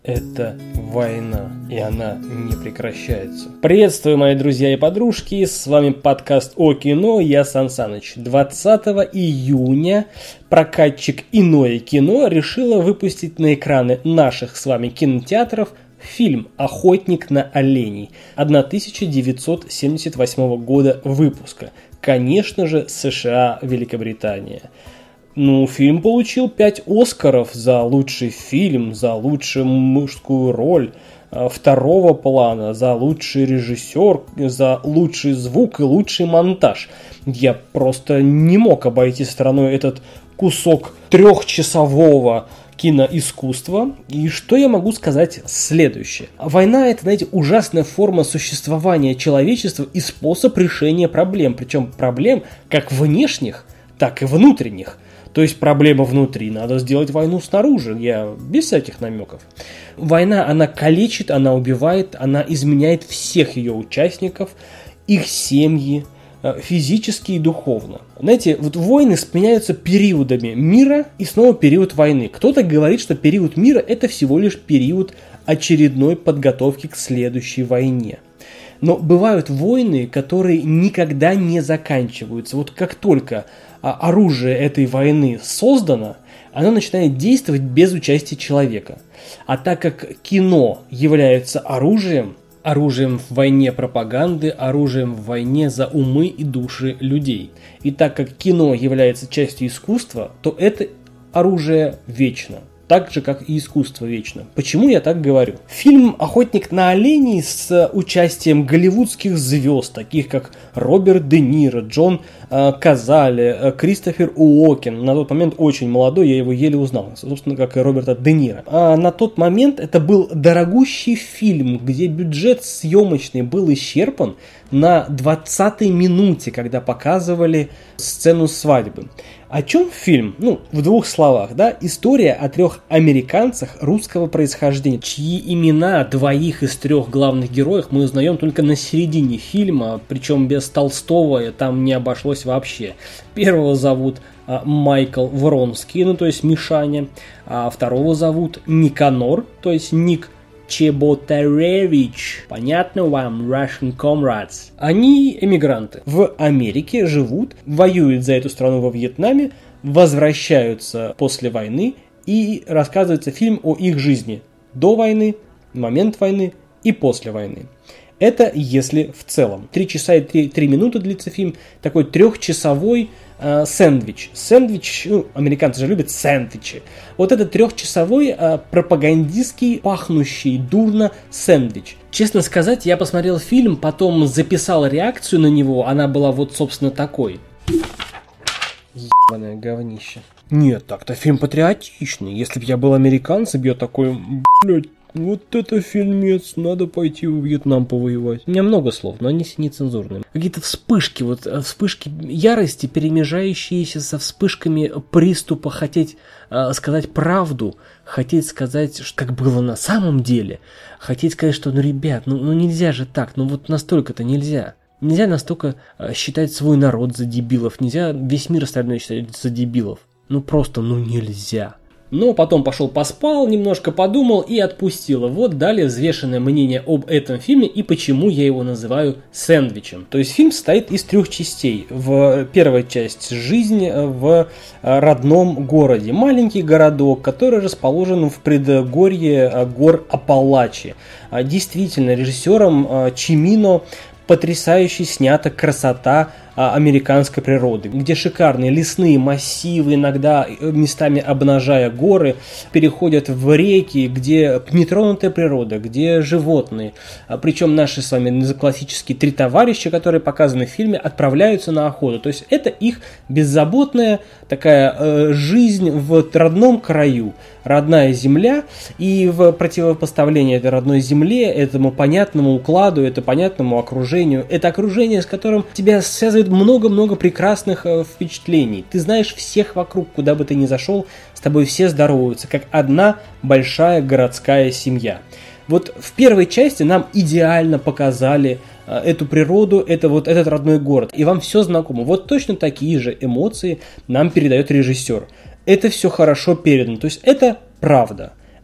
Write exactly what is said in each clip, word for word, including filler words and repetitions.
Это война, и она не прекращается. Приветствую, мои друзья и подружки, с вами подкаст о кино, я Сан Саныч. двадцатого июня прокатчик «Иное кино» решила выпустить на экраны наших с вами кинотеатров фильм «Охотник на оленей» тысяча девятьсот семьдесят восьмого года выпуска. Конечно же, США, Великобритания. Ну, фильм получил пять Оскаров за лучший фильм, за лучшую мужскую роль второго плана, за лучший режиссер, за лучший звук и лучший монтаж. Я просто не мог обойти стороной этот кусок трехчасового киноискусства. И что я могу сказать следующее. Война – это, знаете, ужасная форма существования человечества и способ решения проблем. Причем проблем как внешних, так и внутренних. То есть проблема внутри, надо сделать войну снаружи, я без всяких намеков. Война, она калечит, она убивает, она изменяет всех ее участников, их семьи, физически и духовно. Знаете, вот войны сменяются периодами мира и снова период войны. Кто-то говорит, что период мира – это всего лишь период очередной подготовки к следующей войне. Но бывают войны, которые никогда не заканчиваются. Вот как только оружие этой войны создано, оно начинает действовать без участия человека. А так как кино является оружием, оружием в войне пропаганды, оружием в войне за умы и души людей. И так как кино является частью искусства, то это оружие вечно. Так же, как и искусство вечно. Почему я так говорю? Фильм «Охотник на оленей» с участием голливудских звезд, таких как Роберт Де Ниро, Джон э, Казале, э, Кристофер Уокен. На тот момент очень молодой, я его еле узнал, собственно, как и Роберта Де Ниро. А на тот момент это был дорогущий фильм, где бюджет съемочный был исчерпан на двадцатой минуте, когда показывали сцену свадьбы. О чем фильм? Ну, в двух словах, да, история о трех американцах русского происхождения, чьи имена двоих из трех главных героев мы узнаем только на середине фильма, причем без Толстого там не обошлось вообще. Первого зовут а, Майкл Вронский, ну то есть Мишаня, а второго зовут Никанор, то есть Ник Чеботаревич. Понятно вам, Russian comrades. Они эмигранты. В Америке живут, воюют за эту страну во Вьетнаме, возвращаются после войны, и рассказывается фильм о их жизни до войны, момент войны и после войны. Это если в целом. Три часа и три минуты длится фильм. Такой трехчасовой э, сэндвич. Сэндвич, ну, американцы же любят сэндвичи. Вот это трехчасовой э, пропагандистский, пахнущий дурно сэндвич. Честно сказать, я посмотрел фильм, потом записал реакцию на него. Она была вот, собственно, такой. Ебаное говнище. Нет, так-то фильм патриотичный. Если бы я был американцем, я такой, блядь, вот это фильмец, надо пойти в Вьетнам повоевать. У меня много слов, но они нецензурные. Какие-то вспышки, вот вспышки ярости, перемежающиеся со вспышками приступа хотеть э, сказать правду, хотеть сказать, что как было на самом деле, хотеть сказать, что, ну, ребят, ну, ну нельзя же так, ну вот настолько-то нельзя. Нельзя настолько э, считать свой народ за дебилов, нельзя весь мир остальной считать за дебилов. Ну просто, ну нельзя. Но потом пошел поспал, немножко подумал и отпустил. Вот далее взвешенное мнение об этом фильме и почему я его называю сэндвичем. То есть фильм состоит из трех частей. В первой части жизнь в родном городе. Маленький городок, который расположен в предгорье гор Апалачи. Действительно, режиссером Чимино потрясающе снята красота американской природы, где шикарные лесные массивы, иногда местами обнажая горы, переходят в реки, где нетронутая природа, где животные. Причем наши с вами классические три товарища, которые показаны в фильме, отправляются на охоту. То есть это их беззаботная такая э, жизнь в родном краю, родная земля, и в противопоставлении этой родной земле, этому понятному укладу, этому понятному окружению, это окружение, с которым тебя связывает много-много прекрасных э, впечатлений. Ты знаешь всех вокруг, куда бы ты ни зашел, с тобой все здороваются, как одна большая городская семья. Вот в первой части нам идеально показали э, эту природу, это вот этот родной город, и вам все знакомо. Вот точно такие же эмоции нам передает режиссер. Это все хорошо передано, то есть это правда.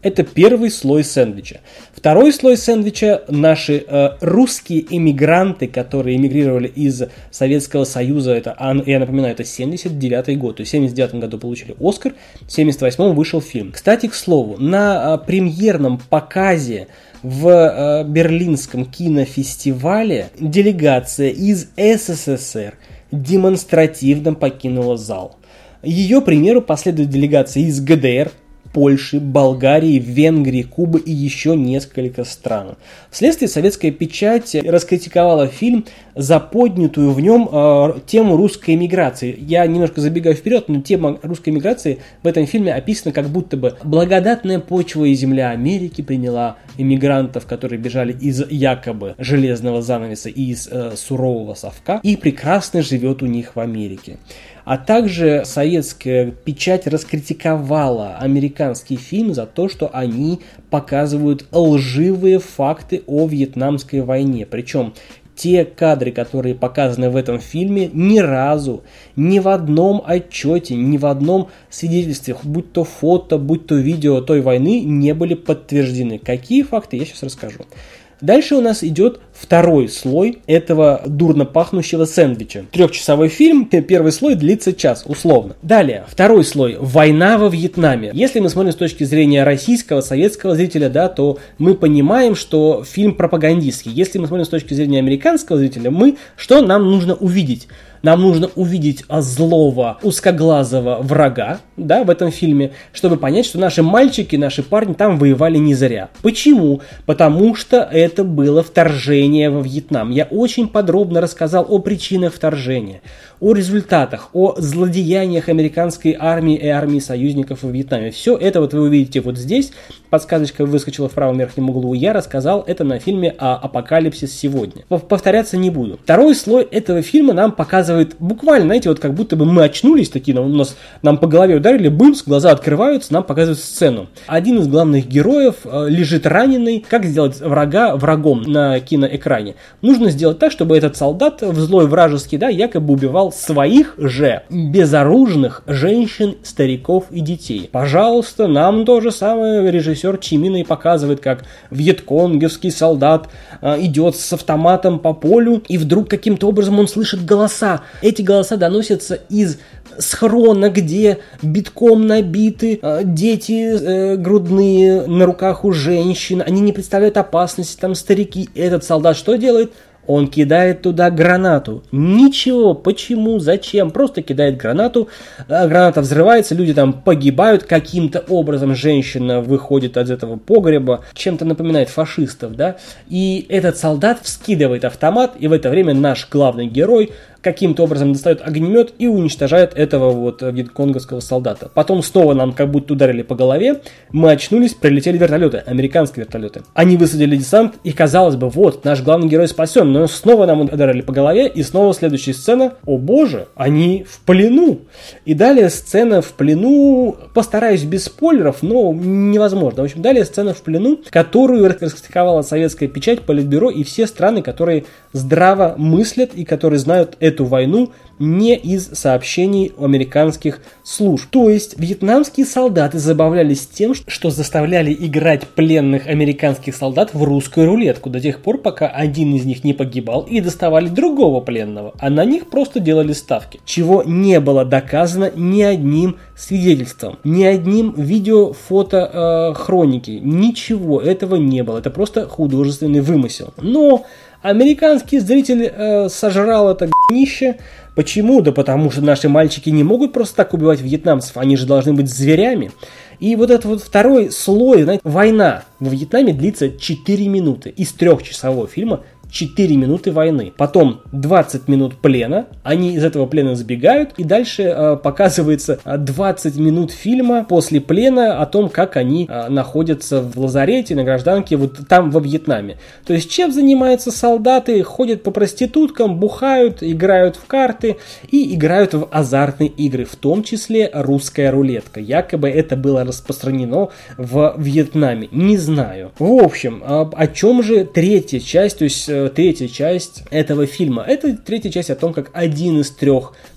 Это первый слой сэндвича. Второй слой сэндвича – наши э, русские эмигранты, которые эмигрировали из Советского Союза. Это, я напоминаю, это семьдесят девятый год. То есть в семьдесят девятом году получили Оскар, в семьдесят восьмом вышел фильм. Кстати, к слову, на э, премьерном показе в э, Берлинском кинофестивале делегация из СССР демонстративно покинула зал. Ее примеру последует делегация из ГДР, Польши, Болгарии, Венгрии, Кубы и еще несколько стран. Вследствие советская печать раскритиковала фильм за поднятую в нем э, тему русской эмиграции. Я немножко забегаю вперед, но тема русской эмиграции в этом фильме описана как будто бы благодатная почва и земля Америки приняла эмигрантов, которые бежали из якобы железного занавеса и из э, сурового совка, и прекрасно живет у них в Америке. А также советская печать раскритиковала американский фильм за то, что они показывают лживые факты о Вьетнамской войне. Причем те кадры, которые показаны в этом фильме, ни разу, ни в одном отчете, ни в одном свидетельстве, будь то фото, будь то видео той войны, не были подтверждены. Какие факты, я сейчас расскажу. Дальше у нас идет второй слой этого дурно пахнущего сэндвича. Трехчасовой фильм, первый слой длится час, условно. Далее, второй слой. Война во Вьетнаме. Если мы смотрим с точки зрения российского, советского зрителя, да, то мы понимаем, что фильм пропагандистский. Если мы смотрим с точки зрения американского зрителя, мы, что нам нужно увидеть? Нам нужно увидеть злого, узкоглазого врага, да, в этом фильме, чтобы понять, что наши мальчики, наши парни там воевали не зря. Почему? Потому что это было вторжение во Вьетнам. Я очень подробно рассказал о причинах вторжения, о результатах, о злодеяниях американской армии и армии союзников во Вьетнаме. Все это вот вы увидите вот здесь. Подсказочка выскочила в правом верхнем углу. Я рассказал это на фильме «Апокалипсис сегодня». Повторяться не буду. Второй слой этого фильма нам показывает буквально, знаете, вот как будто бы мы очнулись такие, у нас, нам по голове ударили, бымс, глаза открываются, нам показывают сцену. Один из главных героев э, лежит раненый. Как сделать врага врагом на киноэкране? Нужно сделать так, чтобы этот солдат, злой вражеский, да, якобы убивал своих же безоружных женщин, стариков и детей. Пожалуйста, нам то же самое режиссер Чимино и показывает, как вьетконговский солдат э, идет с автоматом по полю, и вдруг каким-то образом он слышит голоса. Эти голоса доносятся из схрона, где битком набиты э, дети э, грудные на руках у женщин. Они не представляют опасности, там старики. Этот солдат что делает? Он кидает туда гранату. Ничего, почему, зачем? Просто кидает гранату. Граната взрывается, люди там погибают. Каким-то образом женщина выходит из этого погреба. Чем-то напоминает фашистов, да? И этот солдат вскидывает автомат, и в это время наш главный герой каким-то образом достает огнемет и уничтожает этого вот вьетконговского солдата. Потом снова нам как будто ударили по голове, мы очнулись, прилетели вертолеты, американские вертолеты. Они высадили десант, и казалось бы, вот, наш главный герой спасен, но снова нам ударили по голове, и снова следующая сцена, о боже, они в плену. И далее сцена в плену, постараюсь без спойлеров, но невозможно. В общем, далее сцена в плену, которую раскритиковала советская печать, Политбюро и все страны, которые здраво мыслят и которые знают эту войну не из сообщений американских служб. То есть вьетнамские солдаты забавлялись тем, что заставляли играть пленных американских солдат в русскую рулетку до тех пор, пока один из них не погибал, и доставали другого пленного, а на них просто делали ставки, чего не было доказано ни одним свидетельством, ни одним видео, фото, э, хроники, ничего этого не было, это просто художественный вымысел. Но американский зритель э, сожрал это говнище. Почему? Да потому что наши мальчики не могут просто так убивать вьетнамцев, они же должны быть зверями. И вот этот вот второй слой, знаете, война во Вьетнаме длится четыре минуты. Из трехчасового фильма четыре минуты войны. Потом двадцать минут плена. Они из этого плена сбегают. И дальше э, показывается двадцать минут фильма после плена о том, как они э, находятся в лазарете, на гражданке, вот там во Вьетнаме. То есть чем занимаются солдаты? Ходят по проституткам, бухают, играют в карты и играют в азартные игры. В том числе русская рулетка. Якобы это было распространено в Вьетнаме. Не знаю. В общем, о, о чем же третья часть, то есть третья часть этого фильма. Это третья часть о том, как один из трех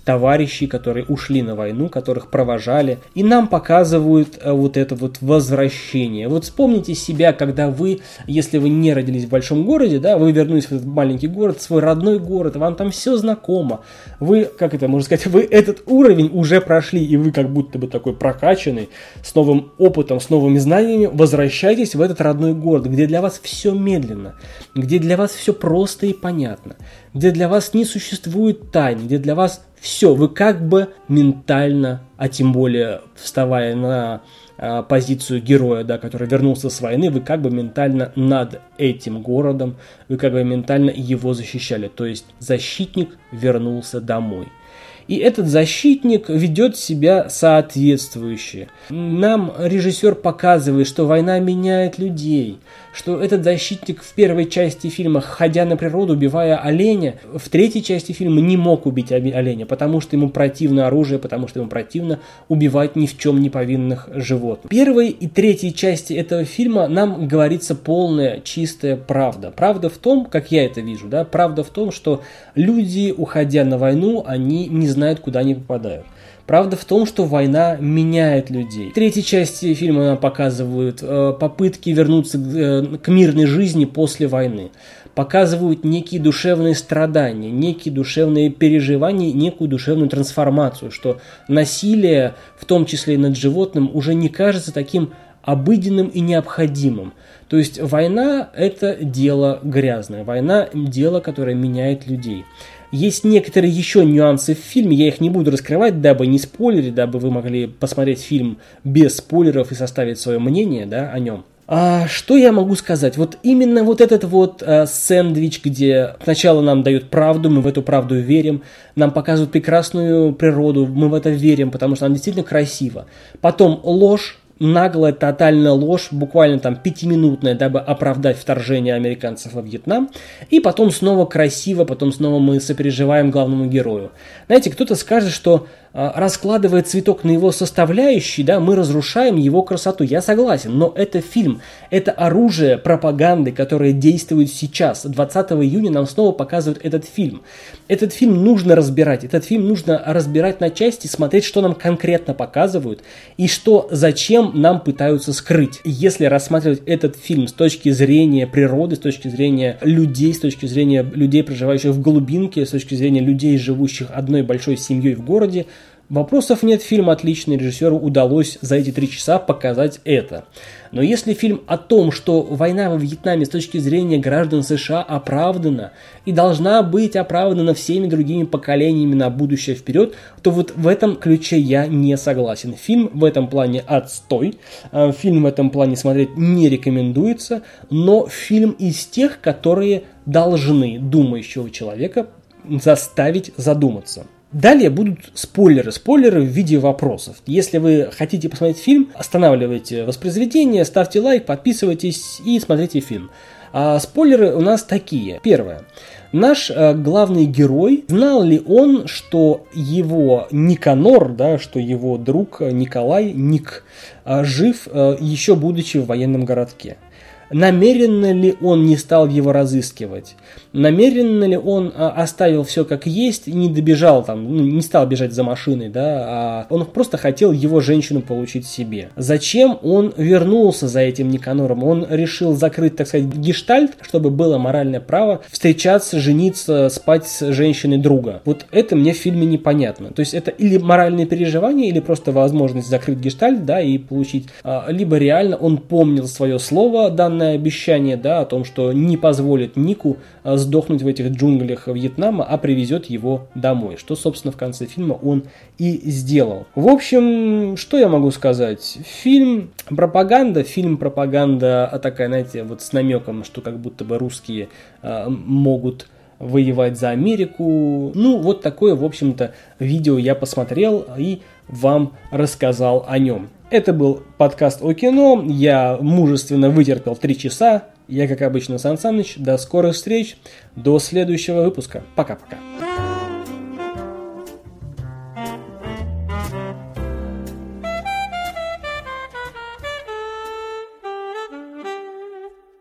товарищей, которые ушли на войну, которых провожали. И нам показывают вот это вот возвращение. Вот вспомните себя, когда вы, если вы не родились в большом городе, да, вы вернулись в этот маленький город, свой родной город, вам там все знакомо. Вы, как это можно сказать, вы этот уровень уже прошли, и вы как будто бы такой прокачанный, с новым опытом, с новыми знаниями, возвращаетесь в этот родной город, где для вас все медленно, где для вас все просто и понятно, где для вас не существует тайн, где для вас все, вы как бы ментально, а тем более вставая на а, позицию героя, да, который вернулся с войны, вы как бы ментально над этим городом, вы как бы ментально его защищали, то есть защитник вернулся домой. И этот защитник ведет себя соответствующе. Нам режиссер показывает, что война меняет людей, что этот защитник в первой части фильма, ходя на природу, убивая оленя, в третьей части фильма не мог убить оленя, потому что ему противно оружие, потому что ему противно убивать ни в чем не повинных животных. В первой и третьей части этого фильма нам говорится полная, чистая правда. Правда в том, как я это вижу, да, правда в том, что люди, уходя на войну, они не знают, куда они попадают. Правда в том, что война меняет людей. В третьей части фильма нам показывают э, попытки вернуться э, к мирной жизни после войны. Показывают некие душевные страдания, некие душевные переживания, некую душевную трансформацию, что насилие, в том числе и над животным, уже не кажется таким обыденным и необходимым. То есть война – это дело грязное, война – дело, которое меняет людей. Есть некоторые еще нюансы в фильме, я их не буду раскрывать, дабы не спойлерить, дабы вы могли посмотреть фильм без спойлеров и составить свое мнение, да, о нем. А что я могу сказать? Вот именно вот этот вот а, сэндвич, где сначала нам дают правду, мы в эту правду верим, нам показывают прекрасную природу, мы в это верим, потому что она действительно красива. Потом ложь. Наглая, тотальная ложь, буквально там пятиминутная, дабы оправдать вторжение американцев во Вьетнам. И потом снова красиво, потом снова мы сопереживаем главному герою. Знаете, кто-то скажет, что э, раскладывая цветок на его составляющие, да, мы разрушаем его красоту. Я согласен, но это фильм, это оружие пропаганды, которое действует сейчас. двадцатого июня нам снова показывают этот фильм. Этот фильм нужно разбирать, этот фильм нужно разбирать на части, смотреть, что нам конкретно показывают и что, зачем нам пытаются скрыть. Если рассматривать этот фильм с точки зрения природы, с точки зрения людей, с точки зрения людей, проживающих в глубинке, с точки зрения людей, живущих одной большой семьей в городе, вопросов нет, фильм отличный, режиссеру удалось за эти три часа показать это. Но если фильм о том, что война во Вьетнаме с точки зрения граждан США оправдана и должна быть оправдана всеми другими поколениями на будущее вперед, то вот в этом ключе я не согласен. Фильм в этом плане отстой, фильм в этом плане смотреть не рекомендуется, но фильм из тех, которые должны думающего человека заставить задуматься. Далее будут спойлеры, спойлеры в виде вопросов. Если вы хотите посмотреть фильм, останавливайте воспроизведение, ставьте лайк, подписывайтесь и смотрите фильм. А спойлеры у нас такие. Первое. Наш э, главный герой, знал ли он, что его Никанор, да, что его друг Николай, Ник, э, жив, э, еще будучи в военном городке? Намеренно ли он не стал его разыскивать? Намеренно ли он а, оставил все как есть и не добежал там, ну, не стал бежать за машиной, да, а он просто хотел его женщину получить себе? Зачем он вернулся за этим Никанором? Он решил закрыть, так сказать, гештальт, чтобы было моральное право встречаться, жениться, спать с женщиной друга. Вот это мне в фильме непонятно. То есть это или моральные переживания, или просто возможность закрыть гештальт, да, и получить, а, либо реально он помнил свое слово, данное обещание, да, о том, что не позволит Нику а, сдохнуть в этих джунглях Вьетнама, а привезет его домой, что, собственно, в конце фильма он и сделал. В общем, что я могу сказать? Фильм пропаганда, фильм пропаганда такая, знаете, вот с намеком, что как будто бы русские а, могут воевать за Америку. Ну, вот такое, в общем-то, видео я посмотрел и вам рассказал о нем. Это был подкаст о кино. Я мужественно вытерпел три часа. Я, как обычно, Сан Саныч. До скорых встреч. До следующего выпуска. Пока-пока.